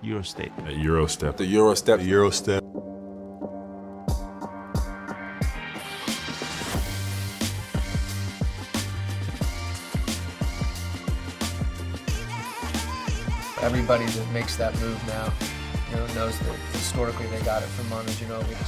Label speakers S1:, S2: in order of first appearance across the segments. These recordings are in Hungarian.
S1: Eurostep.
S2: Eurostep.
S3: The Eurostep.
S2: The Eurostep.
S4: Everybody that makes that move now, knows that historically they got it from Manu Ginobili.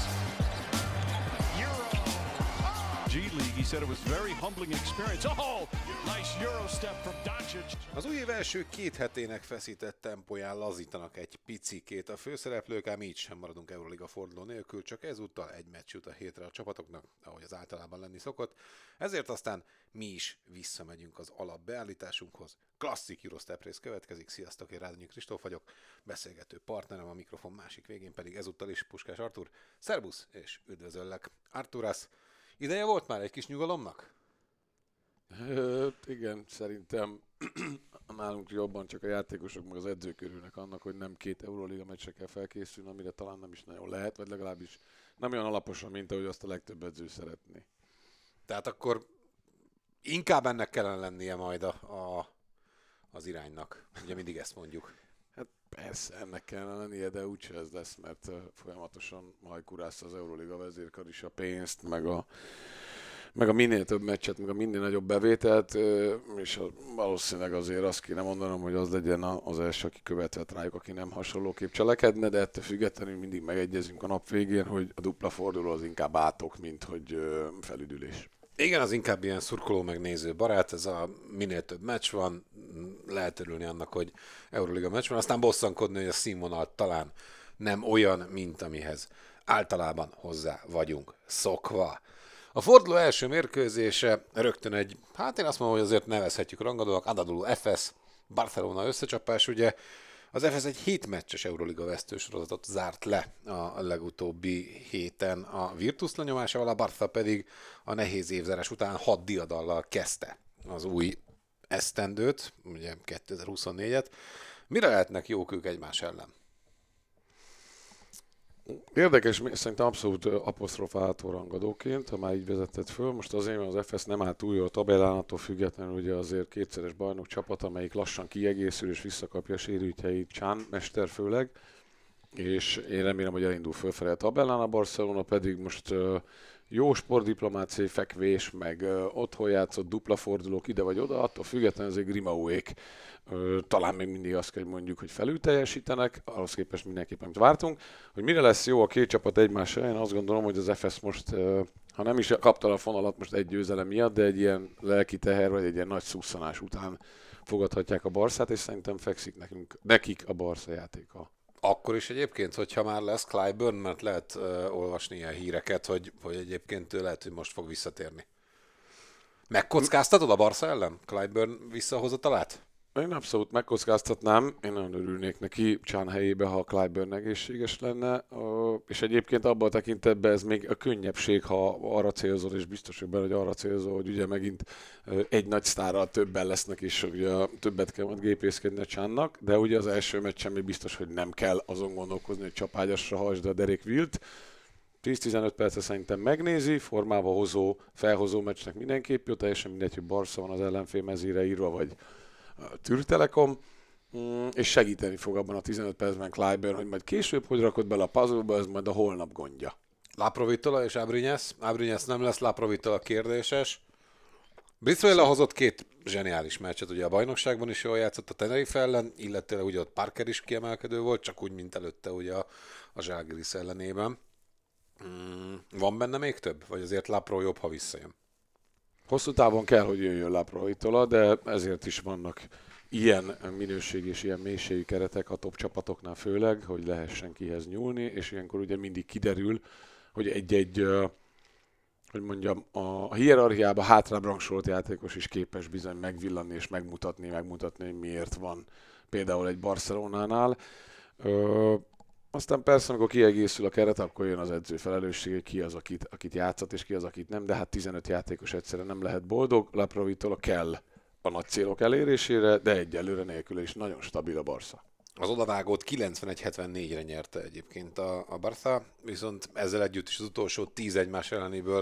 S5: G League, he said it was very humbling experience. Oh, nice Euro step from Doncic.
S3: Az új év első 2 hetének feszített tempóján lazítanak egy picikét a főszereplők, ám így sem maradunk Euroliga forduló nélkül, csak ezúttal egy meccs jut a hétre a csapatoknak, ahogy az általában lenni szokott. Ezért aztán mi is visszamegyünk az alapbeállításunkhoz. Klasszik Eurostep rész következik. Sziasztok, én Rádonyi Kristóf vagyok, beszélgető partnerem a mikrofon másik végén pedig ezúttal is Puskás Artúr. Szerbusz és üdvözöllek. Artúrász, ideje volt már egy kis nyugalomnak?
S6: Igen, szerintem nálunk jobban csak a játékosok meg az edzők örülnek annak, hogy nem 2 Euroliga meccsre kell felkészülni, amire talán nem is nagyon lehet, vagy legalábbis nem olyan alaposan, mint ahogy azt a legtöbb edző szeretné.
S3: Tehát akkor inkább ennek kellene lennie majd az iránynak. Ugye mindig ezt mondjuk.
S6: Hát persze, ennek kellene lennie, de úgyse ez lesz, mert folyamatosan hajkurásza az Euroliga vezérkar is a pénzt, meg a minél több meccset, meg a minél nagyobb bevételt, és valószínűleg azért azt kéne mondanom, hogy az legyen az első, aki követhet rájuk, aki nem hasonlóképp cselekedne, de ettől függetlenül mindig megegyezünk a nap végén, hogy a dupla forduló az inkább átok, mint hogy felüdülés.
S3: Igen, az inkább ilyen szurkoló meg néző barát, ez a minél több meccs van, lehet örülni annak, hogy Euroliga meccs van, aztán bosszankodni, hogy a színvonal talán nem olyan, mint amihez általában hozzá vagyunk szokva. A forduló első mérkőzése rögtön egy, hát én azt mondom, hogy azért nevezhetjük rangadóak, Anadolu Efes, Barcelona összecsapás, ugye az Efes egy 7 meccses Euroliga vesztősorozatot zárt le a legutóbbi héten a Virtus lenyomásával, a Barca pedig a nehéz évzárás után 6 diadallal kezdte az új esztendőt, ugye 2024-et. Mire lehetnek jók ők egymás ellen?
S6: Érdekes, szerintem abszolút apostrofálható rangadóként, ha már így vezetted föl. Most azért, mert az Efes nem áll túl jó a tabellán, attól függetlenül ugye azért kétszeres bajnok csapat, amelyik lassan kiegészül és visszakapja a sérültjeit, Csán mester főleg, és én remélem, hogy elindul fölfelé a tabellán, a Barcelona pedig most jó sportdiplomáciai fekvés, meg otthon játszott dupla fordulók ide vagy oda, attól függetlenül azért Grimauék talán még mindig azt kell, hogy mondjuk, hogy felül teljesítenek, ahhoz képest mindenképpen, amit vártunk. Hogy mire lesz jó a két csapat egymással, én azt gondolom, hogy az Efes most, ha nem is kapta a fonalat most egy győzelem miatt, de egy ilyen lelki teher, vagy egy ilyen nagy szusszanás után fogadhatják a Barszát, és szerintem fekszik nekik a Barca játéka.
S3: Akkor is egyébként, hogyha már lesz Clyburn, mert lehet olvasni ilyen híreket, hogy egyébként lehet, hogy most fog visszatérni. Megkockáztatod a Barca ellen? Clyburn visszahozatalát?
S6: Én abszolút megkockáztatnám, én nagyon örülnék neki Csán helyébe, ha a Clyburn egészséges lenne, és egyébként abban a tekintetben ez még a könnyebbség, ha arra célzol, és biztos hogy benne, hogy arra célzol, hogy ugye megint egy nagy sztárral többen lesznek, és ugye többet kell majd gépészkedni a Csánnak, de ugye az első meccsen még biztos, hogy nem kell azon gondolkozni, hogy csapágyasra hajtsd a Derek Wilt. 10-15 percre szerintem megnézi, formába hozó, felhozó meccsnek mindenképp jó, teljesen mindegy, hogy Barca van az ellenfél mezére írva, vagy Türk Telekom, és segíteni fog abban a 15 percben Clyburn, hogy majd később hogy rakod bele a puzzle-ba, ez majd a holnap gondja.
S3: Laprovitola és Abrines nem lesz Laprovitola kérdéses. Brizuela hozott 2 zseniális meccset, ugye a bajnokságban is jól játszott a Tenerife ellen, illetve ugye ott Parker is kiemelkedő volt, csak úgy, mint előtte ugye a Žalgiris ellenében. Van benne még több? Vagy azért Lapro jobb, ha visszajön?
S6: Hosszú távon kell, hogy jöjjön Laprovitola, de ezért is vannak ilyen minőség és ilyen mélységű keretek a top csapatoknál főleg, hogy lehessen kihez nyúlni, és ilyenkor ugye mindig kiderül, hogy egy hogy mondjam, a hierarchiában hátrább rangsorolt játékos is képes bizony megvillanni és megmutatni, hogy miért van például egy Barcelonánál. Aztán persze, amikor kiegészül a keret, akkor jön az edző felelőssége, ki az, akit játszott, és ki az, akit nem, de hát 15 játékos egyszerre nem lehet boldog, Laprovitola kell a nagy célok elérésére, de egyelőre nélkül is nagyon stabil a Barca.
S3: Az odavágót 91-74-re nyerte egyébként a Barca, viszont ezzel együtt is az utolsó 10 egymás ellenéből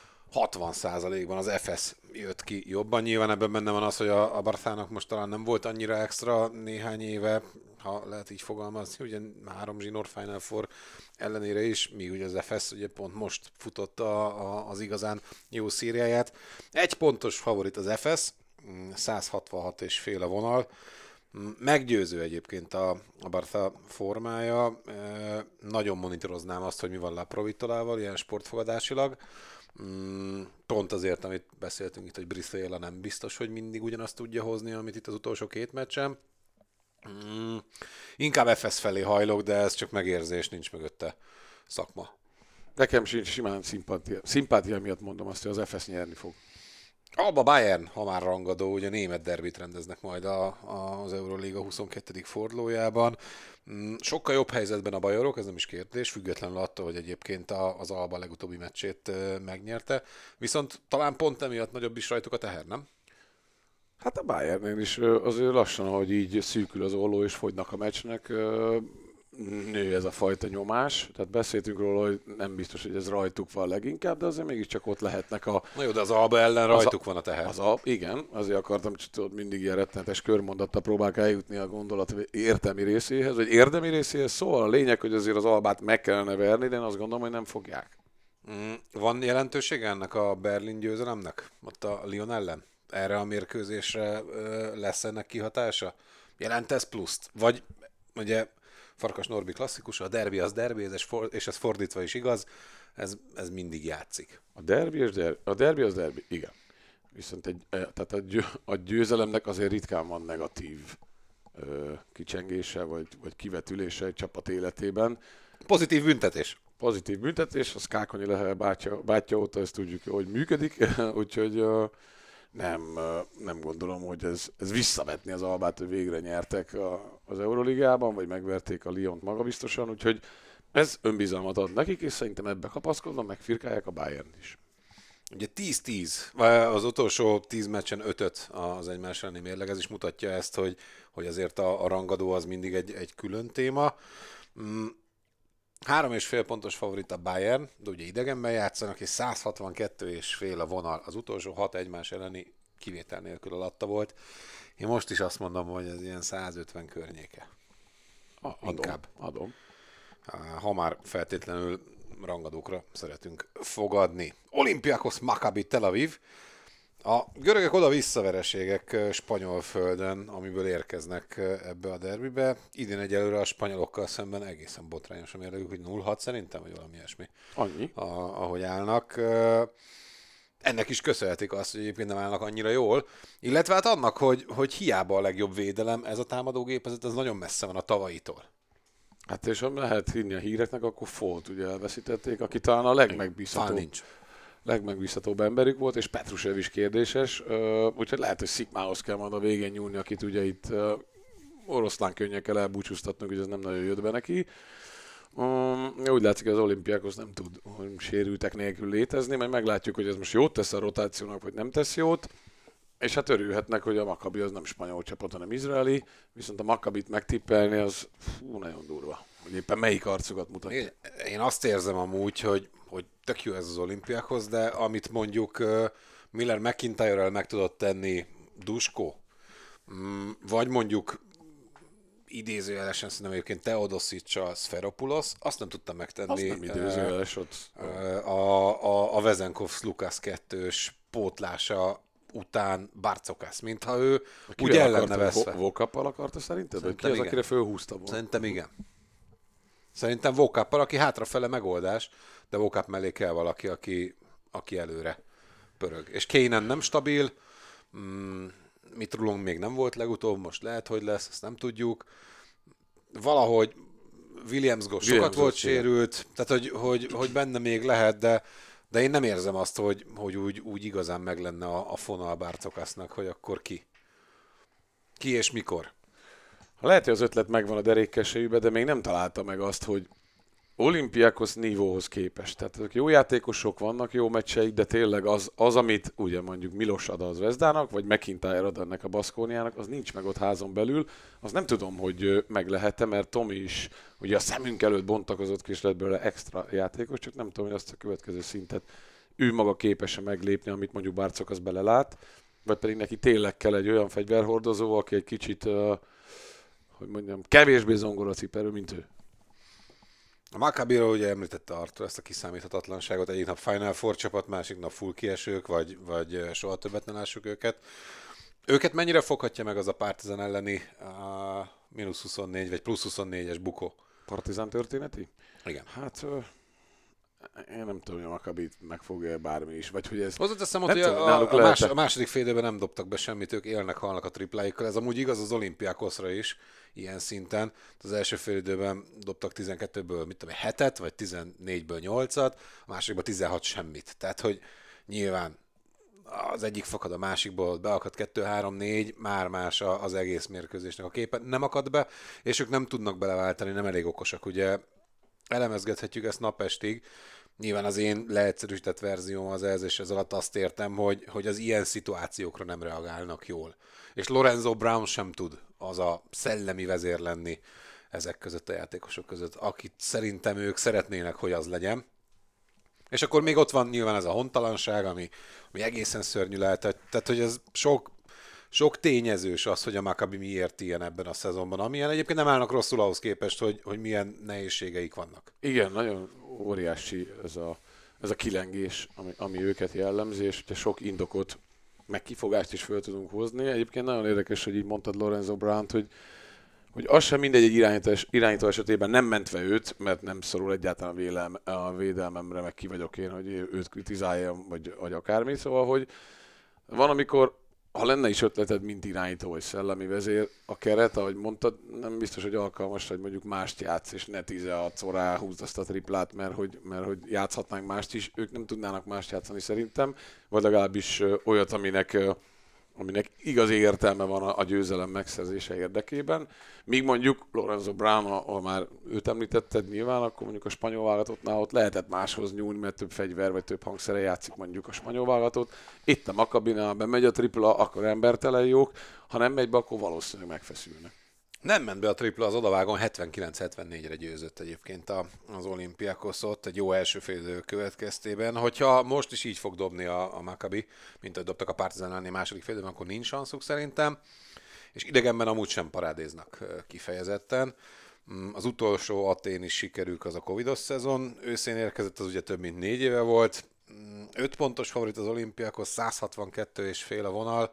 S3: 60%-ban az Efes jött ki jobban. Nyilván ebben benne van az, hogy a Barszának most talán nem volt annyira extra néhány éve, ha lehet így fogalmazni, ugye 3 zsinór Final Four ellenére is, míg ugye az FS ugye pont most futotta az igazán jó szériáját. 1 pontos favorit az FS, 166,5 a vonal. Meggyőző egyébként a Barca formája. Nagyon monitoroznám azt, hogy mi van Laprovitolával, ilyen sportfogadásilag. Pont azért, amit beszéltünk itt, hogy Brizuela nem biztos, hogy mindig ugyanazt tudja hozni, amit itt az utolsó 2 meccsen. Inkább FS felé hajlok, de ez csak megérzés, nincs mögötte szakma.
S6: Nekem sincs simán szimpátia miatt mondom azt, hogy az FS nyerni fog.
S3: Alba Bayern, ha már rangadó, ugye német derbit rendeznek majd az Euroliga 22. fordulójában. Sokkal jobb helyzetben a bajorok, ez nem is kérdés, függetlenül attól, hogy egyébként az Alba legutóbbi meccsét megnyerte. Viszont talán pont emiatt nagyobb is rajtuk a teher, nem?
S6: Hát a Bayernnél is azért lassan, ahogy így szűkül az olló és fogynak a meccsnek, nő ez a fajta nyomás. Tehát beszéltünk róla, hogy nem biztos, hogy ez rajtuk van leginkább, de azért mégiscsak ott lehetnek a...
S3: Na jó, de az Alba ellen rajtuk van a teher.
S6: Igen, azért akartam, hogy tudod, mindig ilyen rettenetes körmondattal próbálok eljutni a gondolat értelmi részéhez, vagy érdemi részéhez. Szóval a lényeg, hogy azért az Albát meg kellene verni, de én azt gondolom, hogy nem fogják.
S3: Van jelentősége ennek a Berlin győzelemnek? Ott a Lyon ellen? Erre a mérkőzésre lesz ennek kihatása? Jelent ez pluszt? Vagy ugye Farkas Norbi klasszikus, a derbi az derbi, és ez fordítva is igaz, ez mindig játszik.
S6: A derbi az derbi, igen. Viszont tehát a győzelemnek azért ritkán van negatív kicsengése, vagy kivetülése egy csapat életében.
S3: Pozitív büntetés.
S6: Pozitív büntetés, az Kákonyi Lehel bátyja óta ezt tudjuk, hogy működik, úgyhogy nem gondolom, hogy ez visszavetni az Albát, hogy végre nyertek az Euroligában, vagy megverték a Lyont magabiztosan, úgyhogy ez önbizalmat ad nekik, és szerintem ebbe kapaszkodva megfirkálják a Bayern is.
S3: Ugye 10-10, az utolsó 10 meccsen 5-5 az egymás elleni mérleg, ez is mutatja ezt, hogy azért a rangadó az mindig egy külön téma. 3,5 pontos favorit a Bayern, de ugye idegenben játszanak, és 162,5 a vonal. Az utolsó 6 egymás elleni kivétel nélkül alatta volt. Én most is azt mondom, hogy ez ilyen 150 környéke. Inkább.
S6: Adom.
S3: Ha már feltétlenül rangadókra szeretünk fogadni. Olympiakos Maccabi Tel Aviv. A görögök oda-vissza vereségek spanyol földön, amiből érkeznek ebbe a derbibe. Idén egyelőre a spanyolokkal szemben egészen botrányos a mérlegük, hogy 0-6 szerintem, vagy valami ilyesmi.
S6: Annyi.
S3: Ahogy állnak. Ennek is köszönhetik azt, hogy egyébként nem állnak annyira jól, illetve hát annak, hogy hiába a legjobb védelem, ez a támadógépezet, az nagyon messze van a tavalyitól.
S6: Hát és ha lehet hinni a híreknek, akkor Folt ugye elveszítették, aki talán a legmegbízhatóbb emberük volt, és Petrusev is kérdéses, úgyhogy lehet, hogy Szikmához kell majd a végén nyúlni, akit ugye itt oroszlán könnyekkel elbúcsúztatnak, hogy ez nem nagyon jött be neki. Úgy látszik, hogy az Olympiakos nem tud sérültek nélkül létezni, majd meglátjuk, hogy ez most jót tesz a rotációnak, vagy nem tesz jót. És hát örülhetnek, hogy a Maccabi az nem spanyol csapat, hanem izraeli, viszont a Maccabit megtippelni az nagyon durva. Hogy éppen melyik arcokat mutatja.
S3: Én azt érzem amúgy, hogy tök jó ez az Olympiakhoz, de amit mondjuk Miller McIntyre-rel meg tudott tenni Dusko, vagy mondjuk idézőjelesen szerintem egyébként Teodosic-a Sferopoulos, azt nem tudtam megtenni.
S6: Azt nem idézőjeles ott.
S3: A Vezenkov Lukasz 2-s pótlása után Barcokas, mintha ő úgy ellen nevezve.
S6: Vokappal akarta szerinted? Vagy ki az, akire fölhúzta volna?
S3: Szerintem igen. Szerintem Vokappal, aki hátrafele megoldás, de Vokap mellé kell valaki, aki előre pörög. És Kénen nem stabil, Mitrulong még nem volt legutóbb, most lehet, hogy lesz, ezt nem tudjuk. Valahogy Williams sokat volt sérült, tehát hogy benne még lehet, de én nem érzem azt, hogy úgy igazán meg lenne a fonal Barcokasnak, hogy akkor ki és mikor.
S6: Lehet, hogy az ötlet megvan a derékkesejűben, de még nem találta meg azt, hogy Olympiakos nívóhoz képest. Tehát jó játékosok vannak, jó meccseik, de tényleg az, amit ugye mondjuk Milos ad az Vezdának, vagy McIntyre ad ennek a Baszkóniának, az nincs meg ott házon belül. Az nem tudom, hogy meg lehet-e, mert Tomi is ugye a szemünk előtt bontakozott ki, és lett belőle extra játékos, csak nem tudom, hogy azt a következő szintet ő maga képes-e meglépni, amit mondjuk Barcokas belelát, vagy pedig neki tényleg kell egy olyan fegyverhordozó, aki egy kicsit hogy mondjam, kevésbé zongoracipelő, mint ő.
S3: A Maccabiról ugye említette Artur ezt a kiszámíthatatlanságot, egyik nap Final Four csapat, másik nap full kiesők, vagy soha többet ne lássuk őket. Őket mennyire foghatja meg az a Partizan elleni -24 vagy +24-es bukó?
S6: Partizán történeti?
S3: Igen.
S6: Hát én nem tudom, hogy a Maccabit megfogja bármi is, vagy hogy ez...
S3: Hozzáteszem ott,
S6: Nem
S3: hogy
S6: tudom, náluk
S3: a második fél időben nem dobtak be semmit, ők élnek, halnak a tripláikkal. Ez amúgy igaz az Olympiákoszra is, ilyen szinten. Az első fél időben dobtak 12-ből, mit tudom, 7-et, vagy 14-ből 8-at, a másikban 16 semmit. Tehát, hogy nyilván az egyik fakad a másikból, beakad 2-3-4, már más az egész mérkőzésnek a képe. Nem akad be, és ők nem tudnak beleváltani, nem elég okosak. Ugye elemezgethetjük ezt napestig. Nyilván az én leegyszerűsített verzióm az ez, és ez alatt azt értem, hogy az ilyen szituációkra nem reagálnak jól. És Lorenzo Brown sem tud az a szellemi vezér lenni ezek között a játékosok között, akit szerintem ők szeretnének, hogy az legyen. És akkor még ott van nyilván ez a hontalanság, ami egészen szörnyű lehet. Tehát, hogy ez sok tényezős az, hogy a Maccabi miért ilyen ebben a szezonban, amilyen egyébként nem állnak rosszul ahhoz képest, hogy milyen nehézségeik vannak.
S6: Igen, nagyon óriási ez a kilengés, ami őket jellemzi, és ugye sok indokot, meg kifogást is föl tudunk hozni. Egyébként nagyon érdekes, hogy így mondtad Lorenzo Brownt, hogy az sem mindegy egy irányító esetében nem mentve őt, mert nem szorul egyáltalán a védelmemre, meg ki vagyok én, hogy őt kritizáljam, vagy akármi. Szóval, hogy van, amikor ha lenne is ötleted, mint irányító vagy szellemi vezér, a keret, ahogy mondtad, nem biztos, hogy alkalmas, hogy mondjuk mást játsz, és ne 16-szor ráhúzd azt a triplát, mert hogy játszhatnánk mást is. Ők nem tudnának mást játszani szerintem, vagy legalábbis olyat, aminek igazi értelme van a győzelem megszerzése érdekében. Míg mondjuk Lorenzo Brown, ha már őt említetted nyilván, akkor mondjuk a spanyol válogatottnál ott lehetett máshoz nyúlni, mert több fegyver vagy több hangszere játszik mondjuk a spanyol válogatott. Itt a Maccabinál bemegy a tripla, akkor embertelen jók, ha nem megy be, akkor valószínűleg megfeszülnek.
S3: Nem ment be a tripla, az odavágon 79-74-re győzött egyébként az Olympiakoszot egy jó első félidő következtében. Hogyha most is így fog dobni a Maccabi, mint ahogy dobtak a Partizánálni második félidőben, akkor nincs sanszuk szerintem. És idegenben amúgy sem parádéznak kifejezetten. Az utolsó aténi sikerük az a covidos szezon. Őszén érkezett, az ugye több mint 4 éve volt. 5 pontos favorit az Olympiakos, 162,5 a vonal.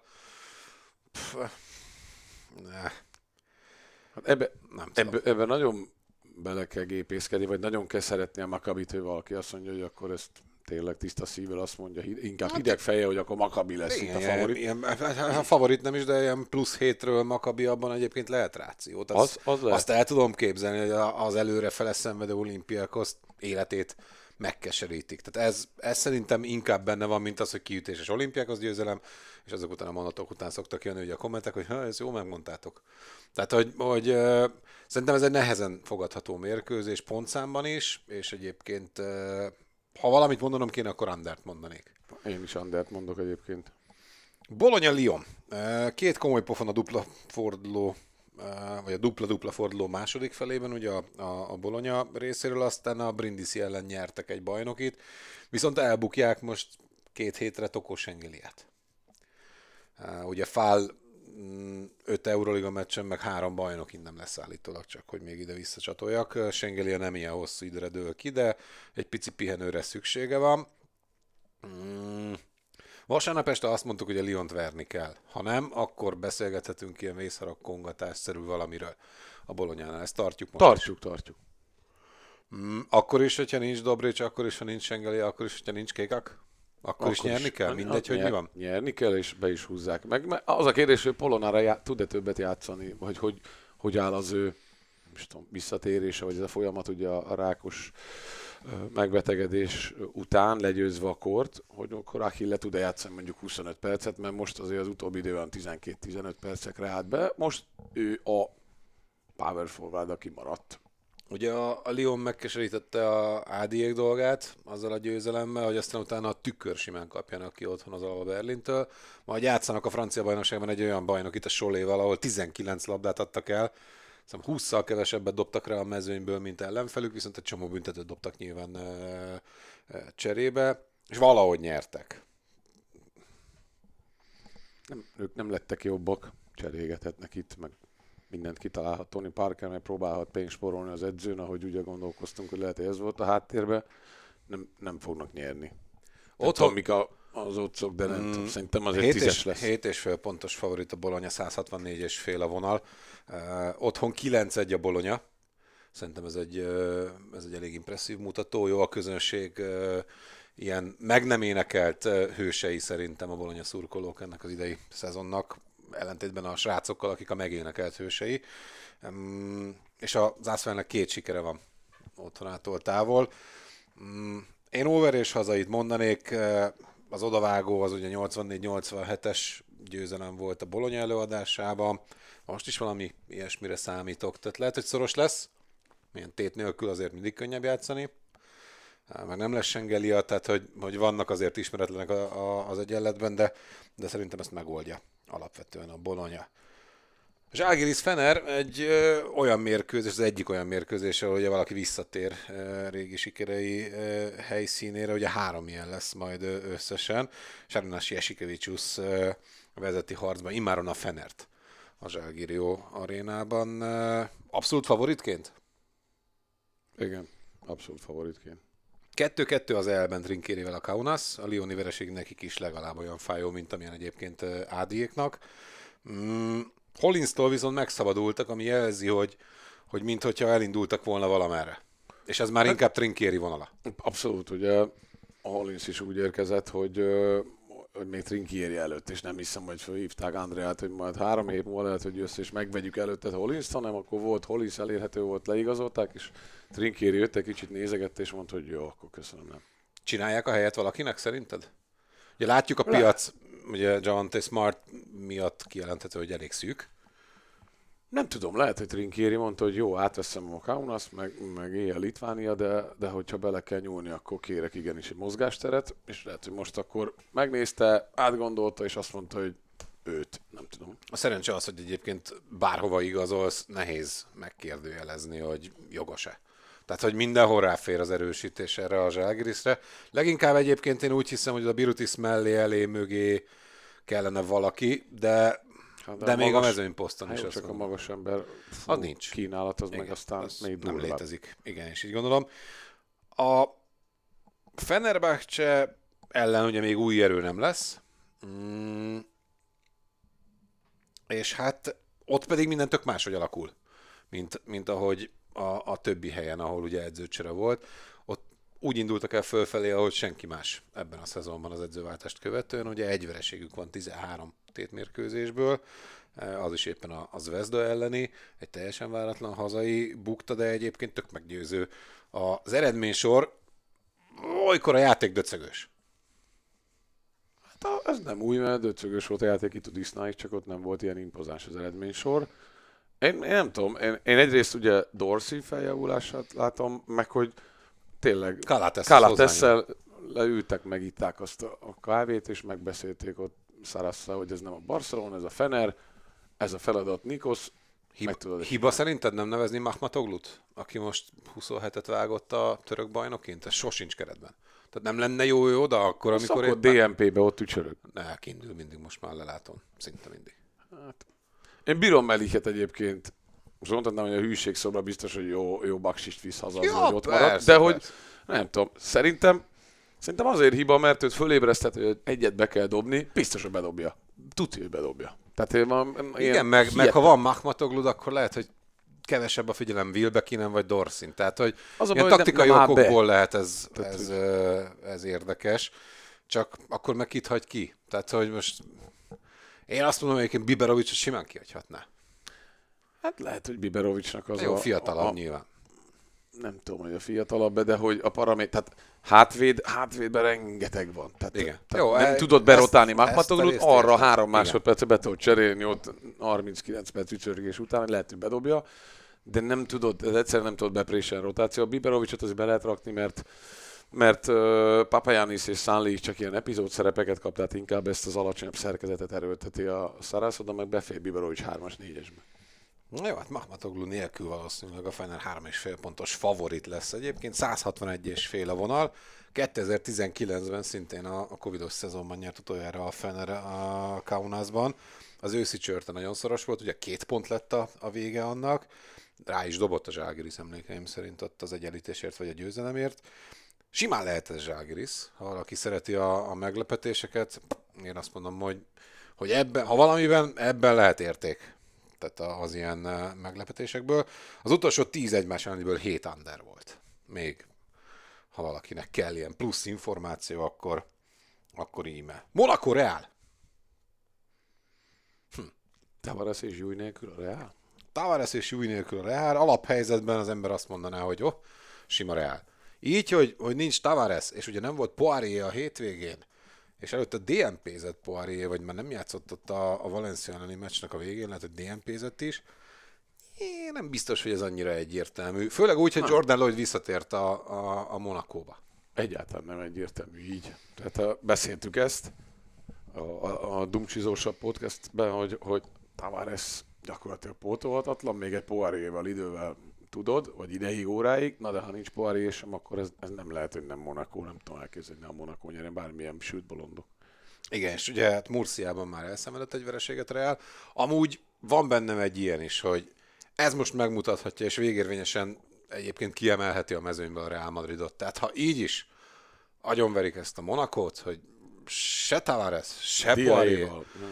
S6: Ebben nagyon bele kell gépészkedni, vagy nagyon kell szeretni a Maccabit, hogy valaki azt mondja, hogy akkor ezt tényleg tiszta szívvel azt mondja, inkább hideg feje, hogy akkor Maccabi lesz itt a favorit.
S3: A favorit nem is, de ilyen +7-ről Maccabi abban egyébként lehet ráció. Azt el tudom képzelni, hogy az előrefele szenvedő Olympiakos életét megkeserítik. Tehát ez szerintem inkább benne van, mint az, hogy kiütéses Olympiakos győzelem, és azok után a mondatok után szoktak jönni ugye a kommentek, hogy ezt jó megmondtátok. Tehát, hogy szerintem ez egy nehezen fogadható mérkőzés pontszámban is, és egyébként ha valamit mondanom kéne, akkor Andert mondanék.
S6: Én is Andert mondok egyébként.
S3: Bologna-Lyon. 2 komoly pofon a dupla forduló, vagy a dupla-dupla forduló második felében, ugye a Bologna részéről, aztán a Brindisi ellen nyertek egy bajnokit, viszont elbukják most 2 hétre Tokó Sengeliát. Ugye Fál 5 Euroliga meccsen, meg 3 bajnok innen lesz állítólag, csak hogy még ide visszacsatoljak. Sengelia nem ilyen hosszú időre dől ki, de egy pici pihenőre szüksége van. Vasárnap este azt mondtuk, hogy a Lyont verni kell. Ha nem, akkor beszélgethetünk ilyen vészharakkongatásszerű valamiről a Bolonyánál. Ezt tartjuk most.
S6: Tartjuk.
S3: Akkor is, hogyha nincs Dobric, akkor is, ha nincs Sengelia, akkor is, hogyha nincs Kékak? Akkor is nyerni kell? Mindegy, hogy mi van?
S6: Nyerni kell, és be is húzzák. Meg az a kérdés, hogy Polonára tud-e többet játszani, vagy hogy áll az ő visszatérése, vagy ez a folyamat ugye a rákos megbetegedés után legyőzve a kort, hogy akkor Achille tud-e játszani mondjuk 25 percet, mert most azért az utóbbi időben 12-15 percekre állt be. Most ő a power forward, aki maradt.
S3: Ugye a Lyon megkeserítette a Ádiék dolgát azzal a győzelemmel, hogy aztán utána a tükör simán kapjanak ki otthon az Alba Berlintől. Majd játszanak a francia bajnokságban egy olyan bajnok itt a Choléval, ahol 19 labdát adtak el. Szóval 20-szal kevesebbet dobtak rá a mezőnyből, mint ellenfelük, viszont egy csomó büntetőt dobtak nyilván cserébe, és valahogy nyertek.
S6: Ők nem lettek jobbak, cserélgethetnek itt, meg mindent kitalálhat Tony Parker, meg próbálhat pénzt spórolni az edzőn, ahogy ugye gondolkoztunk, hogy lehet, hogy ez volt a háttérben, nem fognak nyerni. Otthon mik az otcok, de nem tudom, szerintem azért 10-es lesz.
S3: 7,5 pontos favorit a Bologna, 164,5 a vonal. Otthon 9-1 a Bologna. Szerintem ez egy elég impresszív mutató. Jó, a közönség ilyen meg nem énekelt hősei szerintem a Bologna szurkolók ennek az idei szezonnak, ellentétben a srácokkal, akik a megénekelt hősei. És az Asfelnek 2 sikere van otthonától távol. Én over és hazait mondanék, az odavágó az ugye 84-87-es győzelem volt a Bologna előadásában, most is valami ilyesmire számítok, tehát lehet, hogy szoros lesz, milyen tét nélkül azért mindig könnyebb játszani, meg nem lesz Sengelia, tehát hogy vannak azért ismeretlenek az egyenletben, de szerintem ezt megoldja alapvetően a Bologna. Zsalgiris Fener egy olyan mérkőzés, az egyik olyan mérkőzés, ahol ugye valaki visszatér régi sikerei helyszínére, ugye 3 ilyen lesz majd összesen. Sarunas Jasikevičius vezeti harcban immáron a Fenert a Žalgirio arénában. Abszolút favoritként?
S6: Igen, abszolút favoritként.
S3: 2-2 az elben Trinkérivel a Kaunas, a Lioni vereség nekik is legalább olyan fájó, mint amilyen egyébként Ádiéknak. Hollinstól viszont megszabadultak, ami jelzi, hogy minthogyha elindultak volna valamerre. És ez már inkább Trinkéri vonala.
S6: Abszolút, ugye a Hollins is úgy érkezett, hogy még Trinkieri előtt, és nem hiszem, hogy felhívták Andreát, hogy majd 3 év múlva lehet, hogy jössz és megvegyük előtted Hollinst, hanem akkor volt Hollins elérhető volt, leigazolták, és Trinkieri jött, egy kicsit nézegette, és mondta, hogy jó, akkor köszönöm, nem.
S3: Csinálják a helyet valakinek szerinted? Ugye látjuk a piac, ugye Javante Smart miatt kijelenthető, hogy elég szűk.
S6: Nem tudom, lehet, hogy Trinkieri mondta, hogy jó, átveszem a Kaunas, meg éjjel Litvánia, de hogyha bele kell nyúlni, akkor kérek igenis egy mozgásteret, és lehet, hogy most akkor megnézte, átgondolta, és azt mondta, hogy őt, nem tudom.
S3: A szerencse az, hogy egyébként bárhova igazolsz, nehéz megkérdőjelezni, hogy jogos-e. Tehát, hogy mindenhol ráfér az erősítés erre a Žalgirisre. Leginkább egyébként én úgy hiszem, hogy a Birutis mellé, elé, mögé kellene valaki, de még magas, a mezőnyposzton is.
S6: Csak a magas ember
S3: az nincs.
S6: Kínálat, az igen, meg aztán
S3: az
S6: még
S3: nem
S6: durvább.
S3: létezik. Igen, és így gondolom. A Fenerbahce ellen ugye még új erő nem lesz. És hát ott pedig minden tök máshogy alakul, mint ahogy a többi helyen, ahol ugye edzőcsere volt. Ott úgy indultak el fölfelé, ahogy senki más ebben a szezonban az edzőváltást követően. Ugye egy vereségük van 13 tétmérkőzésből, az is éppen a Zvezda elleni, egy teljesen váratlan hazai bukta, de egyébként tök meggyőző. Az eredménysor olykor a játék döcögös.
S6: Hát ez nem új, mert döcögös volt a játék itt a Disznáig, csak ott nem volt ilyen impozáns az eredménysor. Én nem tudom, én egyrészt ugye Dorsey feljavulását látom, meg hogy tényleg Calatessel leültek, megitták azt a kávét, és megbeszélték ott Sarasszal, hogy ez nem a Barcelona, ez a Fener, ez a feladat Nikos.
S3: Hiba szerinted nem nevezni Mahmatoglut, aki most 27-et vágott a török bajnoként? Ez sosincs keretben. Tehát nem lenne jó ő oda akkor, amikor
S6: éppen... DNP-be ott ücsörög.
S3: Ne, kiindul mindig, most már lelátom. Szinte mindig.
S6: Hát, én bírom Melichet egyébként. Most mondhatnám, hogy a hűség szobra biztos, hogy jó baksist visz haza, hogy ott marad. De hogy nem tudom, szerintem azért hiba, mert őt fölébresztett, hogy egyet be kell dobni, biztos, hogy bedobja. Tudja, hogy bedobja. Tehát
S3: igen, meg ha van Mahmatoglud, akkor lehet, hogy kevesebb a figyelem Wilbekinen vagy Dorsin. Tehát, hogy ilyen taktikai okokból lehet ez érdekes. Csak akkor meg kit hagy ki? Tehát, hogy most én azt mondom, hogy egyébként Biberovicsot simán kihagyhatná.
S6: Hát lehet, hogy Biberovicsnak az
S3: jó, fiatalabb nyilván.
S6: Nem tudom, hogy a fiatalabb, de hogy a tehát hátvédben rengeteg van. Tehát,
S3: igen.
S6: Tehát jó, nem tudod berotálni Mahmatoglut, arra 3 másodpercet be tudod cserélni ott 39 perc ücsörgés után, hogy lehet, hogy bedobja, de nem tudod, egyszerűen nem tudod bepréselni rotáció. A Biberovicsot azért be lehet rakni, mert Papagiannis és Stanley csak ilyen epizód szerepeket kap, tehát inkább ezt az alacsonyabb szerkezetet erőlteti a Saraszo, de meg befér Biberovics 3-as, 4-esbe.
S3: Na jó, hát Mahmatoglu nélkül valószínűleg a Fener 3,5 pontos favorit lesz egyébként, 161,5 a vonal. 2019-ben szintén a Covidos szezonban nyert utoljára a Fener a Kaunasban. Az őszi csörte nagyon szoros volt, ugye 2 pont lett a vége annak, rá is dobott a Žalgiris emlékeim szerint ott az egyenlítésért vagy a győzelemért. Simán lehet ez Žalgiris, ha valaki szereti a meglepetéseket. Én azt mondom, hogy ebben, ha valamiben, ebben lehet érték. Tehát az ilyen meglepetésekből. Az utolsó 10 egymás ellenéből 7 under volt. Még, ha valakinek kell ilyen plusz információ, akkor íme. Monaco Real.
S6: Tavares és Júj nélkül a Real?
S3: Tavares és Júj nélkül a Real. Alaphelyzetben az ember azt mondaná, hogy sima Real. Így, hogy nincs Tavares, és ugye nem volt Poirier a hétvégén, és előtte DNP-zett Poirier, vagy már nem játszott ott a Valencia elleni meccsnek a végén, lehet, hogy DNP-zett is. Én nem biztos, hogy ez annyira egyértelmű. Főleg úgy, hogy Jordan Lloyd visszatért a Monacóba.
S6: Egyáltalán nem egyértelmű így. Tehát beszéltük ezt a Dumcsizósabb podcastben, hogy Tavares gyakorlatilag pótolhatatlan, még egy Poiriervel idővel tudod, vagy ideig, óráig, na de ha nincs Poirier sem, akkor ez nem lehet, hogy nem Monaco, nem tudom elképzelni, a Monaco nyerjen bármilyen sült bolondok.
S3: Igen, és ugye hát Murciában már elszenvedett egy vereséget Real. Amúgy van bennem egy ilyen is, hogy ez most megmutathatja, és végérvényesen egyébként kiemelheti a mezőnybe a Real Madridot. Tehát ha így is agyonverik ezt a Monacót, hogy se Tavares, se Poirier,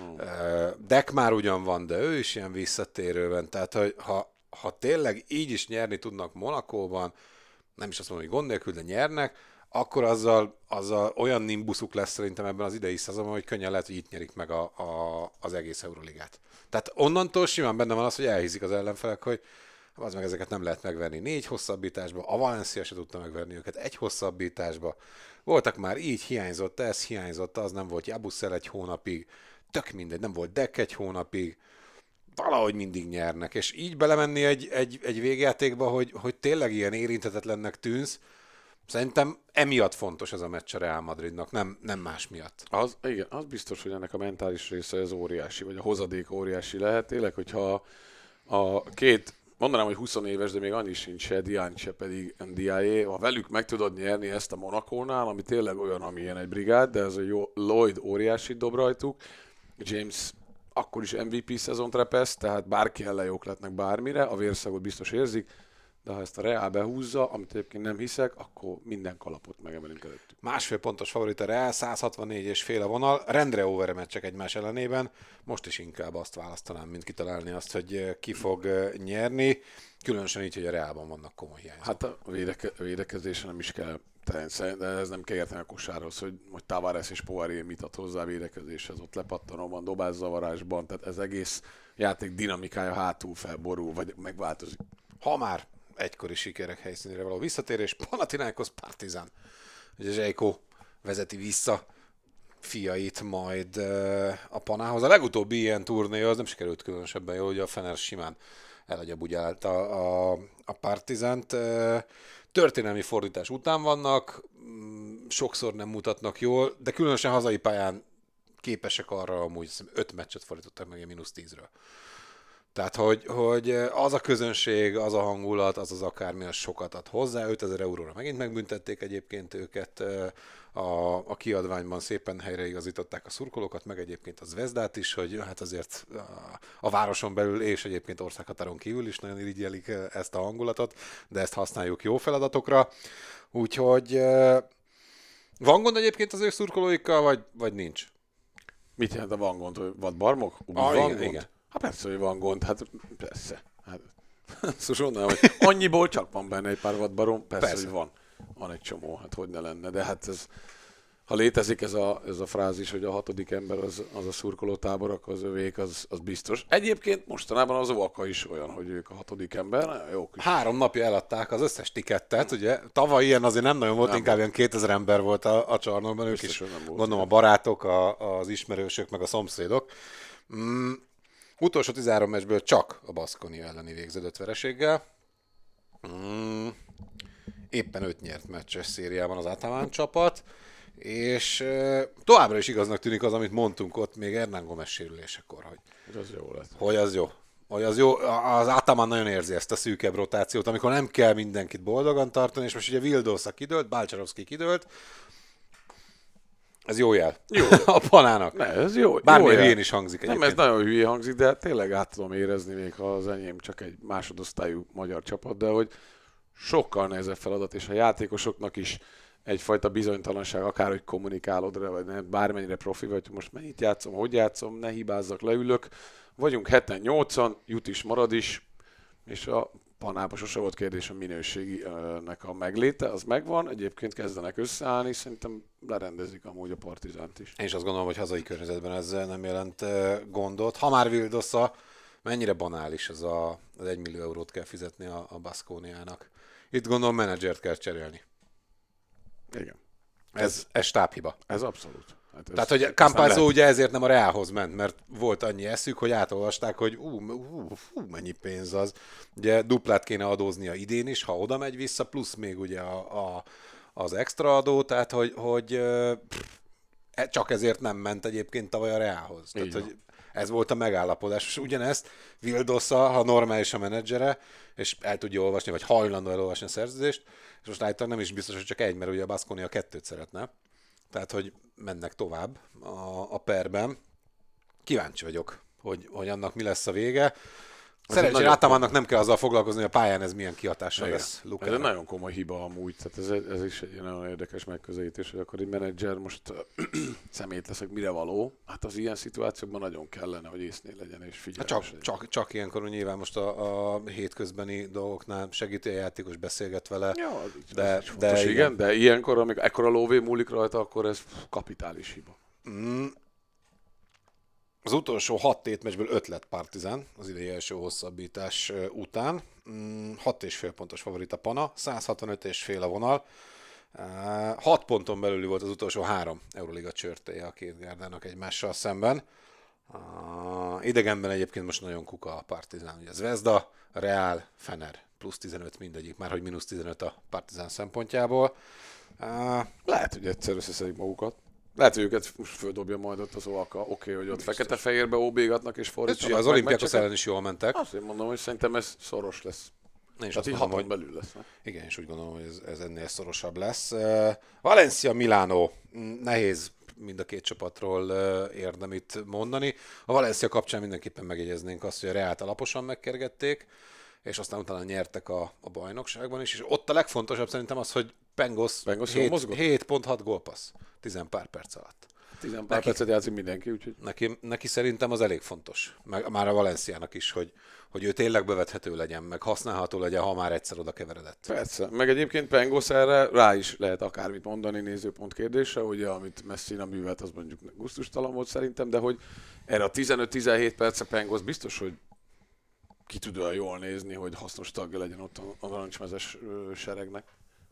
S3: Dek már ugyan van, de ő is ilyen visszatérőben. Tehát, hogy ha tényleg így is nyerni tudnak Monacóban, nem is azt mondom, hogy gond nélkül, de nyernek, akkor azzal olyan nimbuszuk lesz szerintem ebben az idei szezonban, hogy könnyen lehet, hogy itt nyerik meg az egész Euroligát. Tehát onnantól simán benne van az, hogy elhízik az ellenfelek, hogy az meg ezeket nem lehet megverni 4 hosszabbításba, a Valencia se tudta megverni őket 1 hosszabbításba. Voltak már így, hiányzott ez, hiányzott az, nem volt Jabusel 1 hónapig, tök mindegy, nem volt Dek 1 hónapig, valahogy mindig nyernek, és így belemenni egy végjátékba, hogy tényleg ilyen érinthetetlennek tűnsz, szerintem emiatt fontos ez a meccs a Real Madridnak, nem más miatt.
S6: Igen, az biztos, hogy ennek a mentális része ez óriási, vagy a hozadék óriási lehet. Tényleg, hogyha a két, mondanám, hogy 20 éves, de még annyi sincs se Diány, se pedig Ndiaye, ha velük meg tudod nyerni ezt a Monacónál, ami tényleg olyan, amilyen egy brigád, de ez a Lloyd óriási dob rajtuk, James akkor is MVP szezont repesz, tehát bárki ellen jók lehetnek bármire, a vérszagot biztos érzik, de ha ezt a Real behúzza, amit egyébként nem hiszek, akkor minden kalapot megemelünk előttük.
S3: 1,5 pontos favorit a Real, 164,5 a vonal, rendre over meccsek egymás ellenében, most is inkább azt választanám, mint kitalálni azt, hogy ki fog nyerni, különösen így, hogy a Realban vannak komoly hiányzók.
S6: Hát a védekezésen nem is kell, de ez nem kell érteni a kosárhoz, hogy Tavares és Poirier mit ad hozzá a védekezéshez, ott lepattanóban, dobászavarásban, tehát ez egész játék dinamikája hátul felborul, vagy megváltozik.
S3: Ha már egykori sikerek helyszínére való visszatérés, Panathinaikos Partizan. Ugye Zsejko vezeti vissza fiait majd a Panához. A legutóbbi ilyen turné az nem sikerült különösebben jól, hogy a Fener simán elagyabugyálta a Partizant. Történelmi fordítás után vannak, sokszor nem mutatnak jól, de különösen hazai pályán képesek arra, amúgy 5 meccset fordítottak meg a -10-ről. Tehát, hogy az a közönség, az a hangulat, az akármi, az sokat ad hozzá. 5000 euróra megint megbüntették egyébként őket. A kiadványban szépen helyreigazították a szurkolókat, meg egyébként az Zvezdát is, hogy hát azért a városon belül és egyébként országhatáron kívül is nagyon irigyelik ezt a hangulatot, de ezt használjuk jó feladatokra. Úgyhogy van gond egyébként az ő szurkolóikkal, vagy nincs?
S6: Mit jelent a van gond, hogy vadbarmok? Van
S3: igen,
S6: gond?
S3: igen.
S6: Hát persze, hogy van gond, hát persze. Hát, szóval hogy annyiból csak van benne egy pár vadbarom, persze, hogy van. Van egy csomó, hát hogy ne lenne, de hát ez, ha létezik ez a frázis, hogy a 6. ember az a szurkolótábor, akkor az övék, az biztos. Egyébként mostanában az Ovaka is olyan, hogy ők a 6. ember, jók is.
S3: 3 napja eladták az összes tikettet, ugye? Tavaly ilyen azért nem nagyon volt, nem inkább ilyen 2000 ember volt a csarnokban, ők biztos, is, gondolom a barátok, az ismerősök, meg a szomszédok. Utolsó 13 meccsből csak a Baskonia elleni végződött vereséggel. Éppen 5 nyert meccses szériában az Ataman csapat, és továbbra is igaznak tűnik az, amit mondtunk ott még Hernán Gómez sérülésekor,
S6: hogy az jó lett.
S3: Hogy az jó. Az Ataman nagyon érzi ezt a szűkebb rotációt, amikor nem kell mindenkit boldogan tartani, és most ugye Vildosa kidőlt, Balcsarovszki kidőlt, Ez jó jel.
S6: Jó.
S3: A Panának.
S6: Ne, ez jó.
S3: Bármilyen
S6: jó
S3: hülyén is hangzik
S6: Nem,
S3: egyébként.
S6: ez nagyon hülye hangzik, de tényleg át tudom érezni, még ha az enyém csak egy másodosztályú magyar csapat, de hogy sokkal nehezebb feladat, és a játékosoknak is egyfajta bizonytalanság, akárhogy kommunikálod rá, vagy nem, bármennyire profi vagy, most mennyit játszom, hogy játszom, ne hibázzak, leülök. Vagyunk 7-8-an, jut is, marad is, és a Panában sose volt kérdés a minőséginek a megléte, az megvan, egyébként kezdenek összeállni, szerintem lerendezik amúgy a Partizánt is.
S3: Én is azt gondolom, hogy hazai környezetben ez nem jelent gondot. Ha már Vildosza, mennyire banális az 1 millió eurót kell fizetni a Baskoniának. Itt gondolom menedzsert kell cserélni.
S6: Igen.
S3: Ez stábhiba.
S6: Ez abszolút. Hát ez,
S3: Tehát, hogy
S6: ezt
S3: Campazzo ugye ezért nem a Realhoz ment, mert volt annyi eszük, hogy átolvasták, hogy mennyi pénz az. Ugye duplát kéne adóznia idén is, ha oda megy vissza, plusz még ugye az extra adó, tehát hogy csak ezért nem ment egyébként tavaly a Realhoz. Tehát, hogy ez volt a megállapodás. És ugyanezt Vildosza, ha normális a menedzsere, és el tudja olvasni, vagy hajlandó elolvasni a szerződést, és most állítólag nem is biztos, hogy csak egy, mert ugye a Baskonia 2-t szeretne. Tehát, hogy mennek tovább a perben. Kíváncsi vagyok, hogy annak mi lesz a vége. Szerencsére Atamannak nem kell azzal foglalkozni, hogy a pályán ez milyen kihatással lesz Lukára.
S6: Ez egy nagyon komoly hiba amúgy, tehát ez is egy nagyon érdekes megközelítés, hogy akkor egy menedzser most szemét leszek, mire való. Hát az ilyen szituációkban nagyon kellene, hogy észnél legyen és figyelmes.
S3: Csak ilyenkor nyilván most a hétközbeni dolgoknál segíti a játékos, beszélget vele.
S6: Ja,
S3: de
S6: igen, de ilyenkor, amikor ekkora lóvé múlik rajta, akkor ez kapitális hiba.
S3: Az utolsó 6 tétmeccsből 5 lett Partizan az idei első hosszabbítás után. 6,5 pontos favorit a Pana, 165,5 a vonal. 6 ponton belüli volt az utolsó 3 Euroliga csörtéje a két gárdának egymással szemben. Idegenben egyébként most nagyon kuka a Partizan. Ugye Zvezda, Real, Fener, plusz 15 mindegyik, már hogy mínusz 15 a Partizan szempontjából.
S6: Lehet, hogy egyszer összeszedik magukat. Lehet, hogy őket most földobja majd ott az Oaka. Oké, hogy ott fekete-fehérbe óbégatnak és fordítanak.
S3: Az Olimpiakos ellen is jól mentek.
S6: Azt én mondom, hogy szerintem ez szoros lesz.
S3: Én is
S6: Tehát így
S3: mondom,
S6: haton belül lesz. Ne?
S3: Igen, és úgy gondolom, hogy ez ennél szorosabb lesz. Valencia, Milano, nehéz mind a két csapatról érdemit mondani. A Valencia kapcsán mindenképpen megjegyeznénk azt, hogy a Reált alaposan megkergették, és aztán utána nyertek a bajnokságban is, és ott a legfontosabb szerintem az, hogy Pengos 7,6 gólpassz 10 pár perc alatt.
S6: 10 pár percet játszik mindenki, úgyhogy...
S3: Neki szerintem az elég fontos. Már a Valenciának is, hogy ő tényleg bevethető legyen, meg használható legyen, ha már egyszer oda keveredett.
S6: Persze. Meg egyébként Pengos erre rá is lehet akármit mondani nézőpont kérdésre, ugye amit Messina művelt, az mondjuk gusztustalan volt szerintem, de hogy erre a 15-17 perce Pengos biztos, hogy ki tud olyan jól nézni, hogy hasznos tagja legyen ott a narancsmezes seregnek.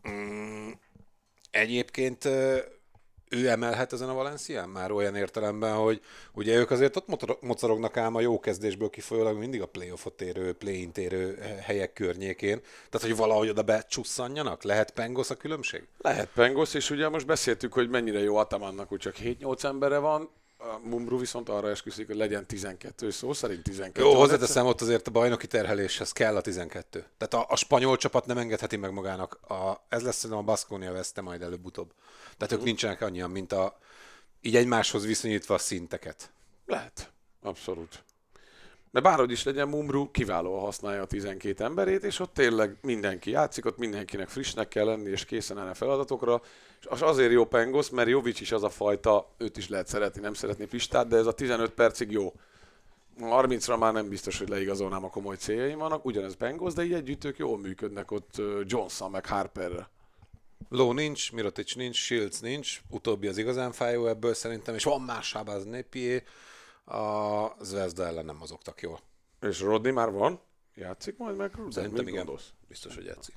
S3: Egyébként ő emelhet ezen a Valencián már olyan értelemben, hogy ugye ők azért ott mocorognak ám a jó kezdésből kifolyólag mindig a playoffot érő, play-in érő helyek környékén. Tehát, hogy valahogy oda becsusszanjanak? Lehet Pengos a különbség?
S6: Lehet Pengos, és ugye most beszéltük, hogy mennyire jó Atamannak, hogy csak 7-8 embere van, a Mumbrú viszont arra esküszik, hogy legyen 12, szó szerint 12.
S3: Jó, hozzáteszem, ott azért a bajnoki terheléshez kell a 12. Tehát a spanyol csapat nem engedheti meg magának. Ez lesz a Baskonia veszte majd előbb-utóbb. Tehát ők nincsenek annyian, mint így egymáshoz viszonyítva a szinteket.
S6: Lehet, abszolút. De bárhogy is legyen, Mumbrú kiválóan használja a 12 emberét, és ott tényleg mindenki játszik, ott mindenkinek frissnek kell lenni, és készen állni a feladatokra. És azért jó Pengos, mert Jovic is az a fajta, őt is lehet szeretni, nem szeretni Pistát, de ez a 15 percig jó. 30-ra már nem biztos, hogy leigazolnám, a komoly céljaim vannak, ugyanez Pengos, de így együtt ők jól működnek ott Johnson meg Harperre.
S3: Low nincs, Mirotic nincs, Shields nincs, utóbbi az igazán fájó ebből szerintem, és van más Sábáz Népié, a Zvezda ellen nem mozogtak jól.
S6: És Rodney már van? Játszik majd meg?
S3: Szerintem igen, biztos, hogy játszik.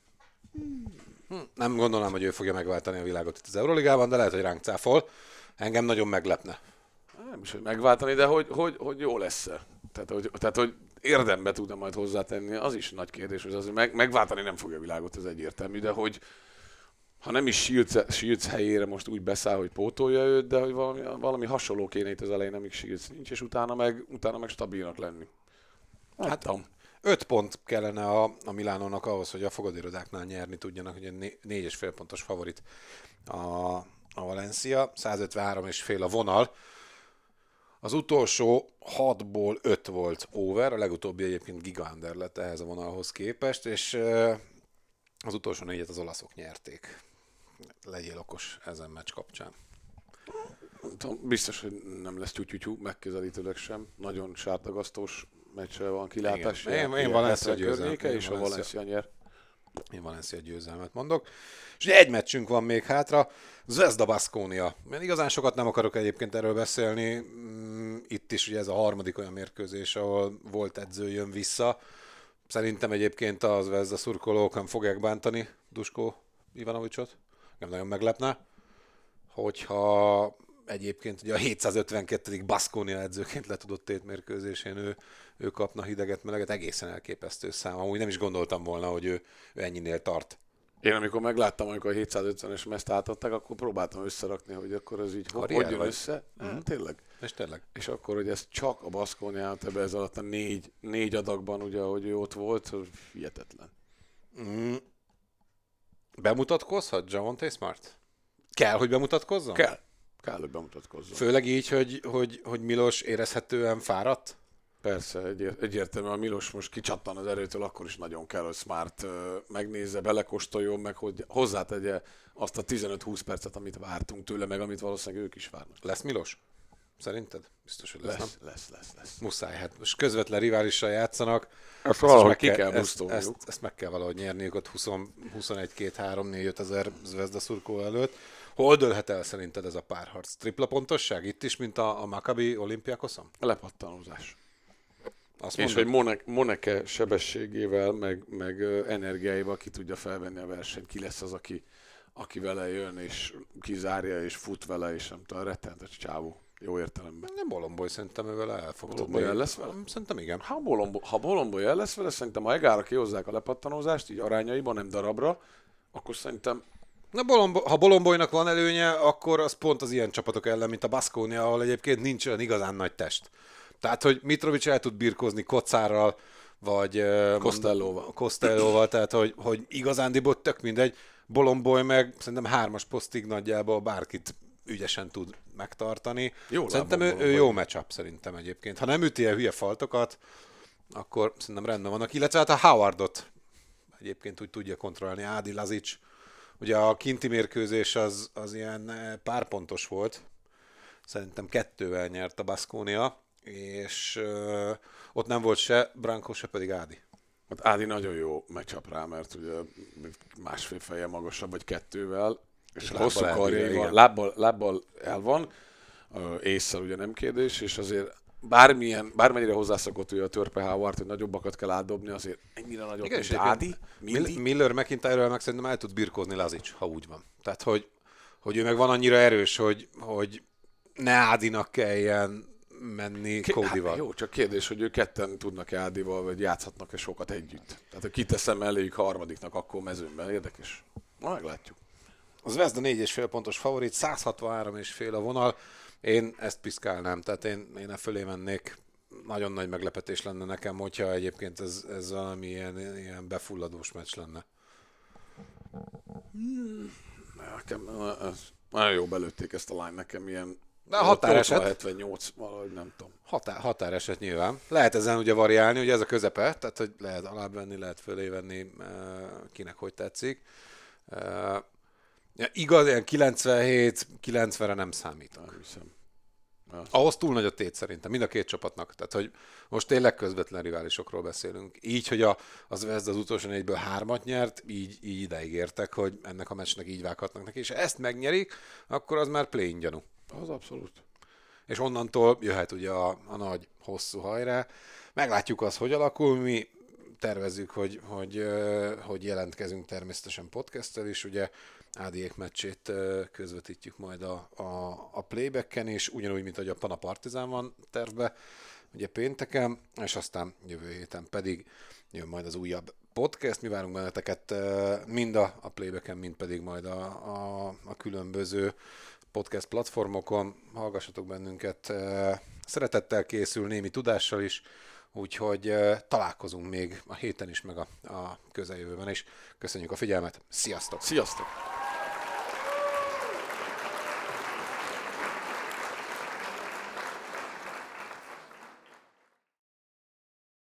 S3: Nem gondolom, hogy ő fogja megváltani a világot itt az Euroligában, de lehet, hogy ránk cáfol. Engem nagyon meglepne.
S6: Nem is, hogy megváltani, de hogy jó lesz-e? Tehát, hogy érdembe tudna majd hozzátenni, az is nagy kérdés, hogy az megváltani nem fogja a világot, ez egyértelmű, de hogy ha nem is Shields helyére most úgy beszáll, hogy pótolja őt, de hogy valami hasonló kéne itt az elején, amíg Shields nincs, és utána meg stabilnak lenni.
S3: Hát 5 pont kellene a Milánónak ahhoz, hogy a fogadóirodáknál nyerni tudjanak, ugye 4,5 pontos favorit a Valencia, 153,5 a vonal. Az utolsó 6-ból 5 volt over, a legutóbbi egyébként gigander lett ehhez a vonalhoz képest, és az utolsó 4-et az olaszok nyerték. Legyél okos ezen meccs kapcsán.
S6: Biztos, hogy nem lesz tyútyútyú, megközelítőleg sem. Nagyon sártagasztós meccsre van kilátás.
S3: Én Valencia
S6: környéke, és a Valencia nyer.
S3: Én Valencia győzelmet mondok. És ugye egy meccsünk van még hátra, Zvezda Baskonia. Én igazán sokat nem akarok egyébként erről beszélni. Itt is ugye ez a harmadik olyan mérkőzés, ahol volt edző jön vissza. Szerintem egyébként a Zvezda szurkolók nem fogják bántani Duško Ivanovićot. Nem nagyon meglepne, hogyha egyébként ugye a 752. Baskonia edzőként letudott tétmérkőzésén ő kapna hideget, meleget, egészen elképesztő szám. Amúgy nem is gondoltam volna, hogy ő ennyinél tart.
S6: Én amikor megláttam, amikor a 750-es mezt átadták, akkor próbáltam összerakni, hogy akkor ez így hogy jön össze. Tényleg.
S3: És tényleg.
S6: És akkor, hogy ez csak a Baskoniát ebbe ez alatt a négy adagban, ugye, ahogy ő ott volt, hihetetlen.
S3: Bemutatkozhat Javonte Smart? Kell, hogy bemutatkozzon?
S6: Kell, hogy bemutatkozzon.
S3: Főleg így, hogy Milos érezhetően fáradt?
S6: Persze, egyértelműen a Milos most kicsattan az erőtől, akkor is nagyon kell, hogy Smart megnézze, belekóstoljon, meg hogy hozzátegye azt a 15-20 percet, amit vártunk tőle, meg amit valószínűleg ők is várnak.
S3: Lesz Milos? Szerinted? Biztos, hogy lesz, nem?
S6: Lesz.
S3: Muszáj, hát most közvetlen riválissal játszanak.
S6: Ezt valahogy ki kell busztolniuk.
S3: Ezt meg kell valahogy nyerniük ott 21, 2, 3, 4, 5 ezer Zvezda szurkoló előtt. Hol dőlhet el szerinted ez a párharc? Tripla pontosság itt is, mint a Maccabi Olimpiakoszon?
S6: Lepattanózás.
S3: Azt
S6: és hogy Moneke sebességével, meg energiáival ki tudja felvenni a versenyt. Ki lesz az, aki vele jön, és kizárja, és fut vele, és nem tudom, rettenetes csávó. Jó értelemben.
S3: Nem Bolomboy, szerintem ővel el fog tudni.
S6: Bolomboy el lesz vele?
S3: Szerintem igen.
S6: Ha Bolomboy el lesz vele, szerintem ha Egára kihozzák a lepattanózást, így arányaiban, nem darabra, akkor szerintem...
S3: Ha Bolomboynak van előnye, akkor az pont az ilyen csapatok ellen, mint a Baskonia, ahol egyébként nincs olyan igazán nagy test. Tehát, hogy Mitrovic el tud birkózni Kocárral, vagy Costellóval, tehát, hogy igazándiból tök mindegy. Bolomboy meg szerintem 3-as posztig nagyjából bárkit ügyesen tud megtartani. Szerintem ő jó matchup szerintem egyébként. Ha nem üti el hülye faltokat, akkor szerintem rendben vannak. Illetve hát a Howardot egyébként úgy tudja kontrollálni. Adi Lazic. Ugye a kinti mérkőzés az ilyen párpontos volt. Szerintem 2-vel nyert a Baskonia, és ott nem volt se Branko, se pedig Ádi.
S6: Hát Ádi nagyon jó matchup rá, mert ugye másfél feje magasabb, vagy 2-vel, és hosszú karjai van, lábbal el van, ésszel ugye nem kérdés, és azért bármennyire hozzászokott ugye a törpe Howard, hogy nagyobbakat kell átdobni, azért ennyire nagyobb, mint Ádi.
S3: Miller McIntyre-ről meg szerintem el tud birkózni Lazic, ha úgy van. Tehát, hogy ő meg van annyira erős, hogy ne Ádinak kelljen menni Codyval.
S6: Jó, csak kérdés, hogy ők ketten tudnak-e Ádival, vagy játszhatnak-e sokat együtt. Tehát, ha kiteszem eléjük harmadiknak, akkor mezőnben érdekes. Na, meglátjuk.
S3: Az Zvezda 4,5 pontos favorit, 163,5 a vonal. Én ezt piszkálnám, tehát én fölé mennék. Nagyon nagy meglepetés lenne nekem, hogyha egyébként ez valami ilyen befulladós meccs lenne.
S6: Nagyon jó belőtték ezt a line, nekem ilyen
S3: de a határeset.
S6: 78, valahogy nem tudom.
S3: Határeset nyilván. Lehet ezen ugye variálni, ugye ez a közepe, tehát hogy lehet alább venni, lehet fölé venni, kinek hogy tetszik. Igaz, ilyen 97-90-re nem számít.
S6: Nem hiszem.
S3: Ahhoz túl nagy a tét szerintem, mind a két csapatnak. Tehát, hogy most tényleg közvetlen riválisokról beszélünk. Így, hogy az Zvezda az utolsó 4-ből 3-at nyert, így ideig értek, hogy ennek a meccsnek így vághatnak neki. És ezt megnyerik, akkor az már play-in gyanú.
S6: Az abszolút.
S3: És onnantól jöhet ugye a nagy, hosszú hajrá. Meglátjuk azt, hogy alakul. Mi tervezzük, hogy jelentkezünk természetesen podcasttel is. Ugye Ádiék meccsét közvetítjük majd a playbacken is, ugyanúgy, mint ahogy a Pana Partizán van tervbe, ugye pénteken, és aztán jövő héten pedig jön majd az újabb podcast. Mi várunk benneteket mind a playbacken, mind pedig majd a különböző podcast platformokon. Hallgassatok bennünket. Szeretettel készül, némi tudással is, úgyhogy találkozunk még a héten is, meg a közeljövőben is. Köszönjük a figyelmet, sziasztok!
S6: Sziasztok!